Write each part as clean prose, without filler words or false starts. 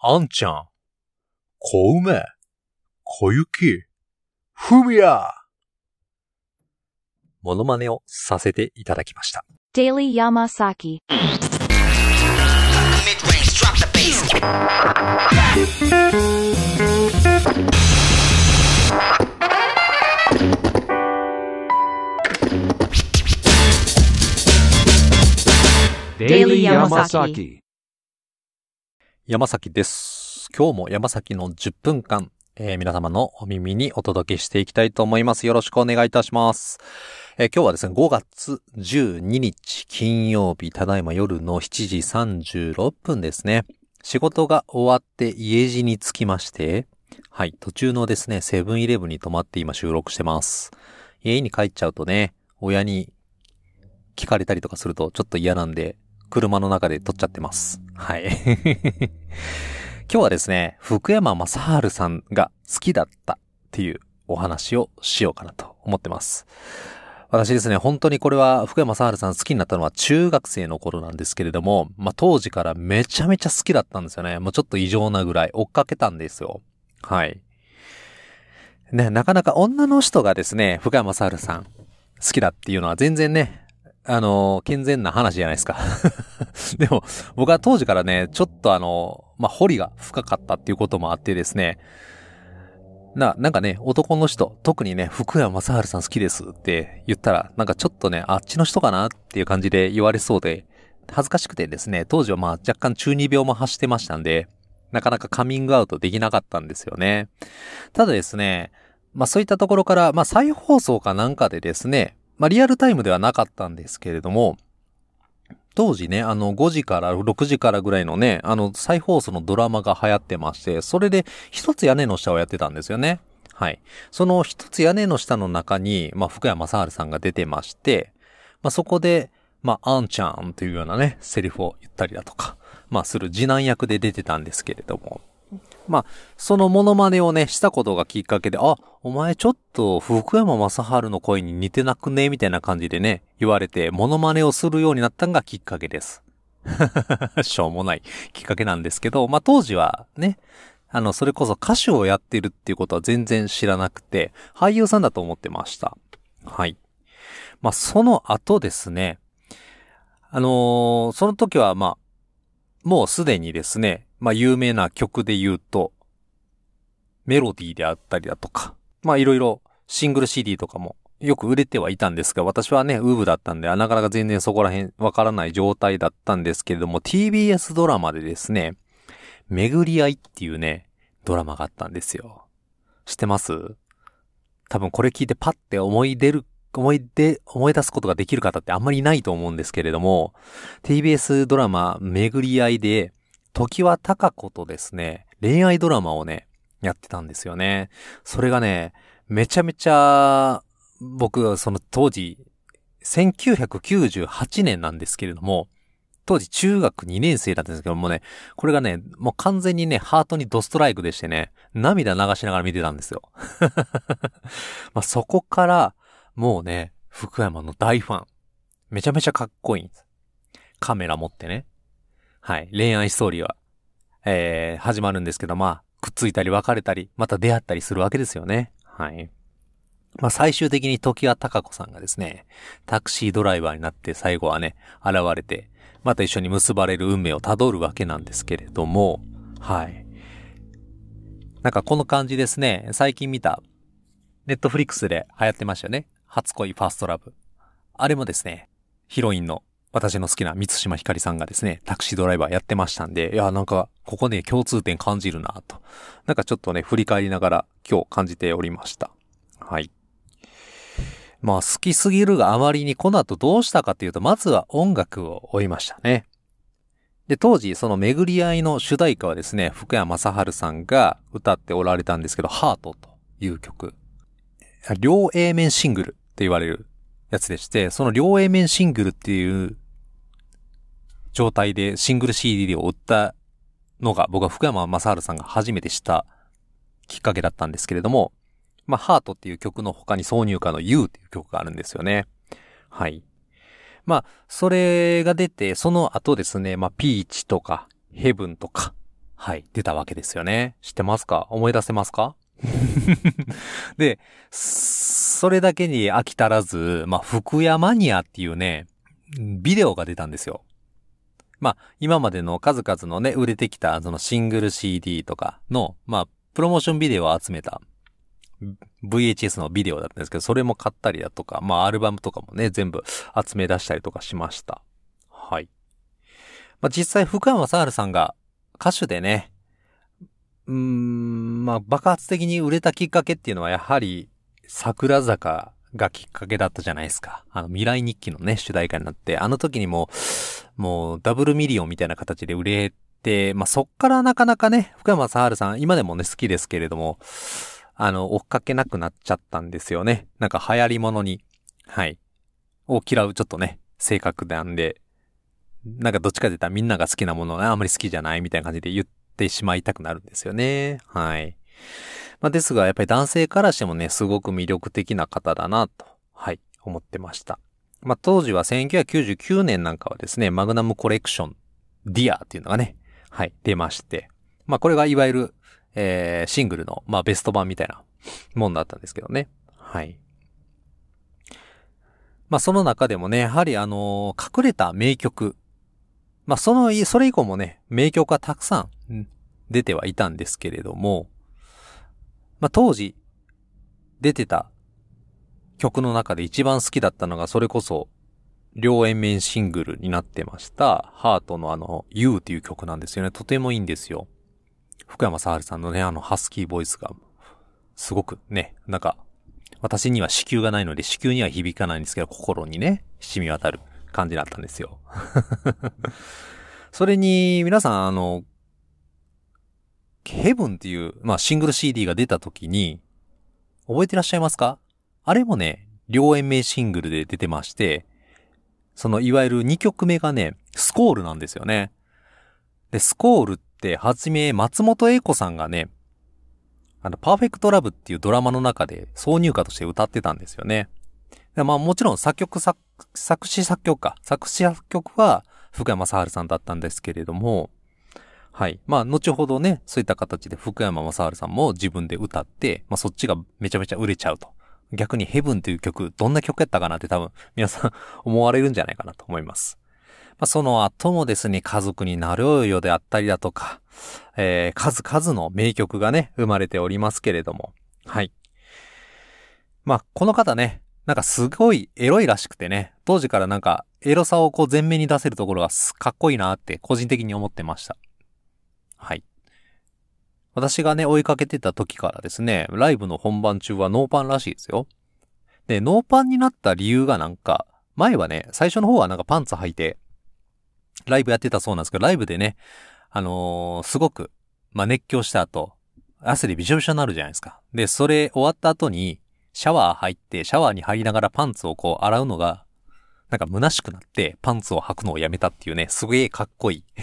あんちゃん、小梅、小雪、ふみや。モノマネをさせていただきました。 Daily Yamasaki. Mid-range, drop the bass. Daily Yamasaki. 山崎です。今日も山崎の10分間、皆様のお耳にお届けしていきたいと思います。よろしくお願いいたします。今日はですね、5月12日金曜日、ただいま夜の7時36分ですね。仕事が終わって家路に着きまして、はい、途中のですね、セブンイレブンに泊まって今収録してます。家に帰っちゃうとね、親に聞かれたりとかするとちょっと嫌なんで、車の中で撮っちゃってます。はい。今日はですね、福山雅治さんが好きだったっていうお話をしようかなと思ってます。私ですね、本当にこれは福山雅治さん好きになったのは中学生の頃なんですけれども、当時からめちゃめちゃ好きだったんですよね。もうちょっと異常なぐらい追っかけたんですよ。はい。ね、なかなか女の人がですね、福山雅治さん好きだっていうのは全然ね、健全な話じゃないですか。でも、僕は当時からね、ちょっと彫りが深かったっていうこともあってですね、なんかね、男の人、特にね、福山雅治さん好きですって言ったら、なんかちょっとね、あっちの人かなっていう感じで言われそうで、恥ずかしくてですね、当時は若干中二病も発してましたんで、なかなかカミングアウトできなかったんですよね。ただですね、そういったところから、再放送かなんかでですね、リアルタイムではなかったんですけれども、当時ね、5時から6時からぐらいのね、再放送のドラマが流行ってまして、それで一つ屋根の下をやってたんですよね。はい。その一つ屋根の下の中に、福山雅治さんが出てまして、そこで、あんちゃんというようなね、セリフを言ったりだとか、する次男役で出てたんですけれども、そのモノマネをね、したことがきっかけで、あ、お前ちょっと福山雅治の声に似てなくねみたいな感じでね、言われて、モノマネをするようになったのがきっかけです。しょうもないきっかけなんですけど、当時はね、それこそ歌手をやってるっていうことは全然知らなくて、俳優さんだと思ってました。はい。その後ですね、その時はもうすでにですね、有名な曲で言うと、メロディーであったりだとか、いろいろシングル CD とかもよく売れてはいたんですが、私はね、ウーブだったんで、なかなか全然そこら辺わからない状態だったんですけれども、TBS ドラマでですね、巡り合いっていうね、ドラマがあったんですよ。知ってます？多分これ聞いてパッて思い出すことができる方ってあんまりいないと思うんですけれども、TBS ドラマ巡り合いで、常盤貴子とですね、恋愛ドラマをね、やってたんですよね。それがね、めちゃめちゃ、僕、その当時、1998年なんですけれども、当時中学2年生だったんですけどもね、これがね、もう完全にね、ハートにドストライクでしてね、涙流しながら見てたんですよ。そこから、もうね、福山の大ファン。めちゃめちゃかっこいいんです。カメラ持ってね。はい。恋愛ストーリーは、始まるんですけど、くっついたり別れたり、また出会ったりするわけですよね。はい。最終的に常盤貴子さんがですね、タクシードライバーになって最後はね、現れて、また一緒に結ばれる運命をたどるわけなんですけれども、はい。なんかこの感じですね、最近見た、ネットフリックスで流行ってましたよね。初恋ファーストラブ。あれもですね、ヒロインの私の好きな満島ひかりさんがですね、タクシードライバーやってましたんで、いや、なんか、ここね、共通点感じるなと。なんかちょっとね、振り返りながら今日感じておりました。はい。好きすぎるがあまりにこの後どうしたかというと、まずは音楽を追いましたね。で、当時、その巡り合いの主題歌はですね、福山雅治さんが歌っておられたんですけど、ハートという曲。両 A 面シングルって言われるやつでして、その両 A 面シングルっていう状態でシングル CD を売ったのが僕は福山雅治さんが初めて知ったきっかけだったんですけれども、ハートっていう曲の他に挿入歌の You っていう曲があるんですよね。はい。それが出て、その後ですね、ピーチとかヘブンとかはい、出たわけですよね。知ってますか？思い出せますか？で、それだけに飽き足らず、まあ、福山マニアっていうね、ビデオが出たんですよ。まあ、今までの数々のね、売れてきた、そのシングル CD とかの、まあ、プロモーションビデオを集めた VHS のビデオだったんですけど、それも買ったりだとか、まあ、アルバムとかもね、全部集め出したりとかしました。はい。まあ、実際、福山雅治さんが歌手でね、まあ、爆発的に売れたきっかけっていうのはやはり桜坂がきっかけだったじゃないですか。未来日記のね、主題歌になって、あの時にもうダブルミリオンみたいな形で売れて、まあ、そっからなかなかね、福山雅治さん、今でもね、好きですけれども、追っかけなくなっちゃったんですよね。なんか流行り物に、はい、を嫌うちょっとね、性格なんで、なんかどっちかと言ったらみんなが好きなものはあんまり好きじゃないみたいな感じで言ってしまいたくなるんですよね。はい。まあ、ですが、やっぱり男性からしてもね、すごく魅力的な方だなと、はい、思ってました。まあ、当時は1999年なんかはですね、マグナムコレクション、ディアっていうのがね、はい、出まして、まあ、これがいわゆる、シングルの、まあ、ベスト版みたいなもんだったんですけどね。はい。まあ、その中でもね、やはり隠れた名曲、まあ、それ以降もね、名曲がたくさん出てはいたんですけれども、まあ、当時出てた曲の中で一番好きだったのが、それこそ、両 A 面シングルになってました、ハートのYou っていう曲なんですよね。とてもいいんですよ。福山雅治さんのね、ハスキーボイスが、すごくね、なんか、私には子宮がないので、子宮には響かないんですけど、心にね、染み渡る感じだったんですよ。それに、皆さん、ヘブンっていう、まあ、シングル CD が出た時に、覚えてらっしゃいますか？あれもね、両 A 面シングルで出てまして、いわゆる2曲目がね、スコールなんですよね。で、スコールって、はじめ、松本英子さんがね、パーフェクトラブっていうドラマの中で挿入歌として歌ってたんですよね。でまあもちろん作詞作曲は福山雅治さんだったんですけれども、はい。まあ後ほどね、そういった形で福山雅治さんも自分で歌って、まあそっちがめちゃめちゃ売れちゃうと。逆にヘブンという曲、どんな曲やったかなって多分皆さん思われるんじゃないかなと思います。まあ、その後もですね、家族になろうよであったりだとか、数々の名曲がね、生まれておりますけれども。はい。まあ、この方ね、なんかすごいエロいらしくてね、当時からなんかエロさをこう前面に出せるところがかっこいいなって個人的に思ってました。はい。私がね、追いかけてた時からですね、ライブの本番中はノーパンらしいですよ。で、ノーパンになった理由がなんか、前はね、最初の方はなんかパンツ履いて、ライブやってたそうなんですけど、ライブでね、すごく、まあ、熱狂した後、汗でびしょびしょになるじゃないですか。で、それ終わった後に、シャワー入って、シャワーに入りながらパンツをこう洗うのが、なんか虚しくなって、パンツを履くのをやめたっていうね、すげえかっこいい。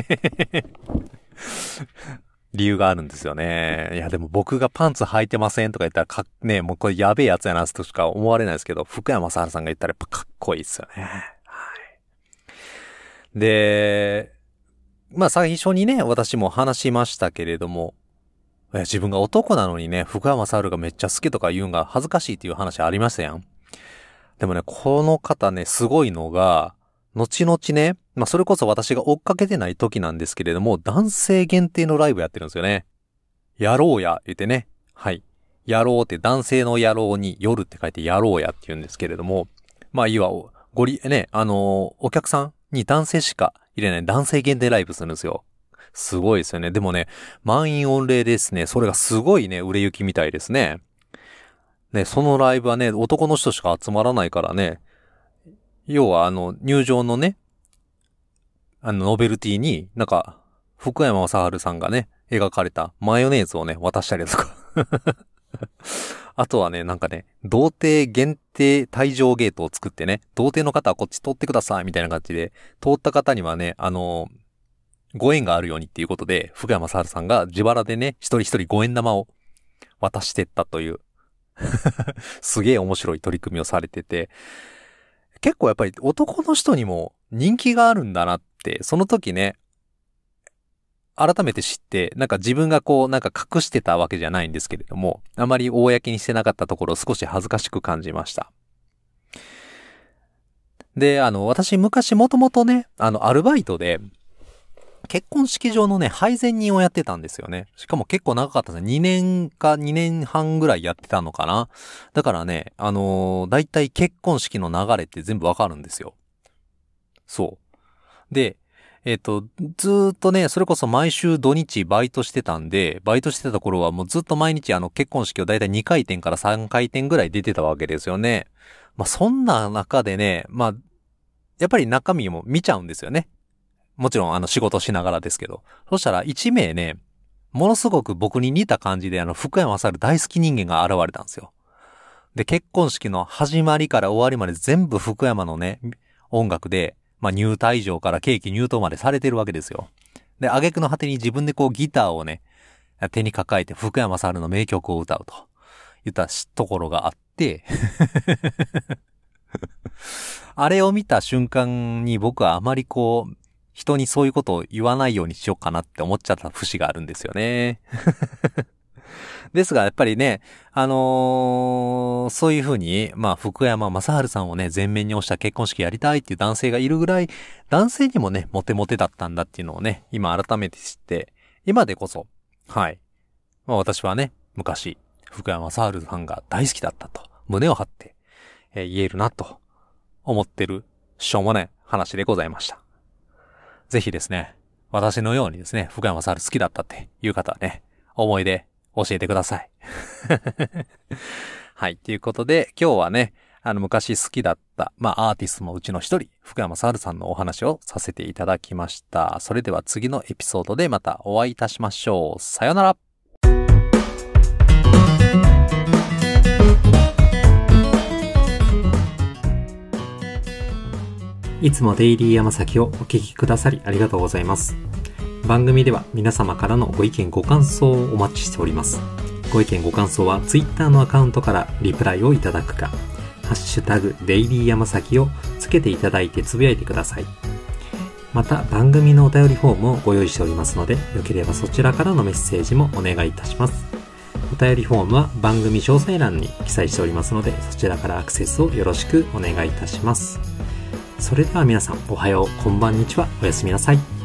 理由があるんですよね。いや、でも僕がパンツ履いてませんとか言ったらね、もうこれやべえやつやなとしか思われないですけど、福山雅治さんが言ったらやっぱかっこいいですよね。はい。で、まあ最初にね、私も話しましたけれども、自分が男なのにね、福山雅治がめっちゃ好きとか言うんが恥ずかしいっていう話ありましたやん。でもね、この方ね、すごいのが、後々ね、まあそれこそ私が追っかけてない時なんですけれども、男性限定のライブやってるんですよね。やろうや、言ってね。はい。やろうって男性の野郎に夜って書いてやろうやって言うんですけれども、まあいいわ、お客さんに男性しか入れない男性限定ライブするんですよ。すごいですよね。でもね、満員御礼ですね。それがすごいね、売れ行きみたいですね。ね、そのライブはね、男の人しか集まらないからね、要は入場のね、ノベルティに、なんか、福山雅治さんがね、描かれたマヨネーズをね、渡したりとか。あとはね、なんかね、童貞限定退場ゲートを作ってね、童貞の方はこっち通ってください、みたいな感じで、通った方にはね、ご縁があるようにっていうことで、福山雅治さんが自腹でね、一人一人5円玉を渡してったという、すげえ面白い取り組みをされてて、結構やっぱり男の人にも人気があるんだなって、その時ね、 改めて知って、なんか自分がこう、なんか隠してたわけじゃないんですけれども、あまり公にしてなかったところを少し恥ずかしく感じました。で、私昔もともとね、アルバイトで、結婚式場のね、配膳人をやってたんですよね。しかも結構長かったですね。2年か2年半ぐらいやってたのかな。だからね、だいたい結婚式の流れって全部わかるんですよ。そう。で、ずーっとね、それこそ毎週土日バイトしてたんで、バイトしてた頃はもうずっと毎日結婚式をだいたい2回転から3回転ぐらい出てたわけですよね。まあ、そんな中でね、まあ、やっぱり中身も見ちゃうんですよね。もちろん仕事しながらですけど。そしたら1名ね、ものすごく僕に似た感じで福山雅治大好き人間が現れたんですよ。で、結婚式の始まりから終わりまで全部福山のね、音楽で、まあ入退場からケーキ入刀までされてるわけですよ。で、挙句の果てに自分でこうギターをね、手に抱えて福山雅治の名曲を歌うと言ったところがあってあれを見た瞬間に僕はあまりこう、人にそういうことを言わないようにしようかなって思っちゃった節があるんですよね。ですが、やっぱりね、そういうふうに、まあ、福山雅治さんをね、前面に押した結婚式やりたいっていう男性がいるぐらい、男性にもね、モテモテだったんだっていうのをね、今改めて知って、今でこそ、はい。まあ私はね、昔、福山雅治さんが大好きだったと、胸を張って、言えるなと、思ってる、しょうもない話でございました。ぜひですね、私のようにですね、福山雅治好きだったっていう方はね、思い出教えてください。はい、ということで、今日はね、昔好きだった、まあアーティストのうちの一人、福山雅治さんのお話をさせていただきました。それでは次のエピソードでまたお会いいたしましょう。さよなら。 いつもデイリーヤマサキをお聞きくださりありがとうございます。番組では皆様からのご意見ご感想をお待ちしております。ご意見ご感想は Twitter のアカウントからリプライをいただくか、ハッシュタグデイリーヤマサキをつけていただいてつぶやいてください。また番組のお便りフォームをご用意しておりますので、よければそちらからのメッセージもお願いいたします。お便りフォームは番組詳細欄に記載しておりますので、そちらからアクセスをよろしくお願いいたします。それでは皆さん、おはよう、こんばんにちは、おやすみなさい。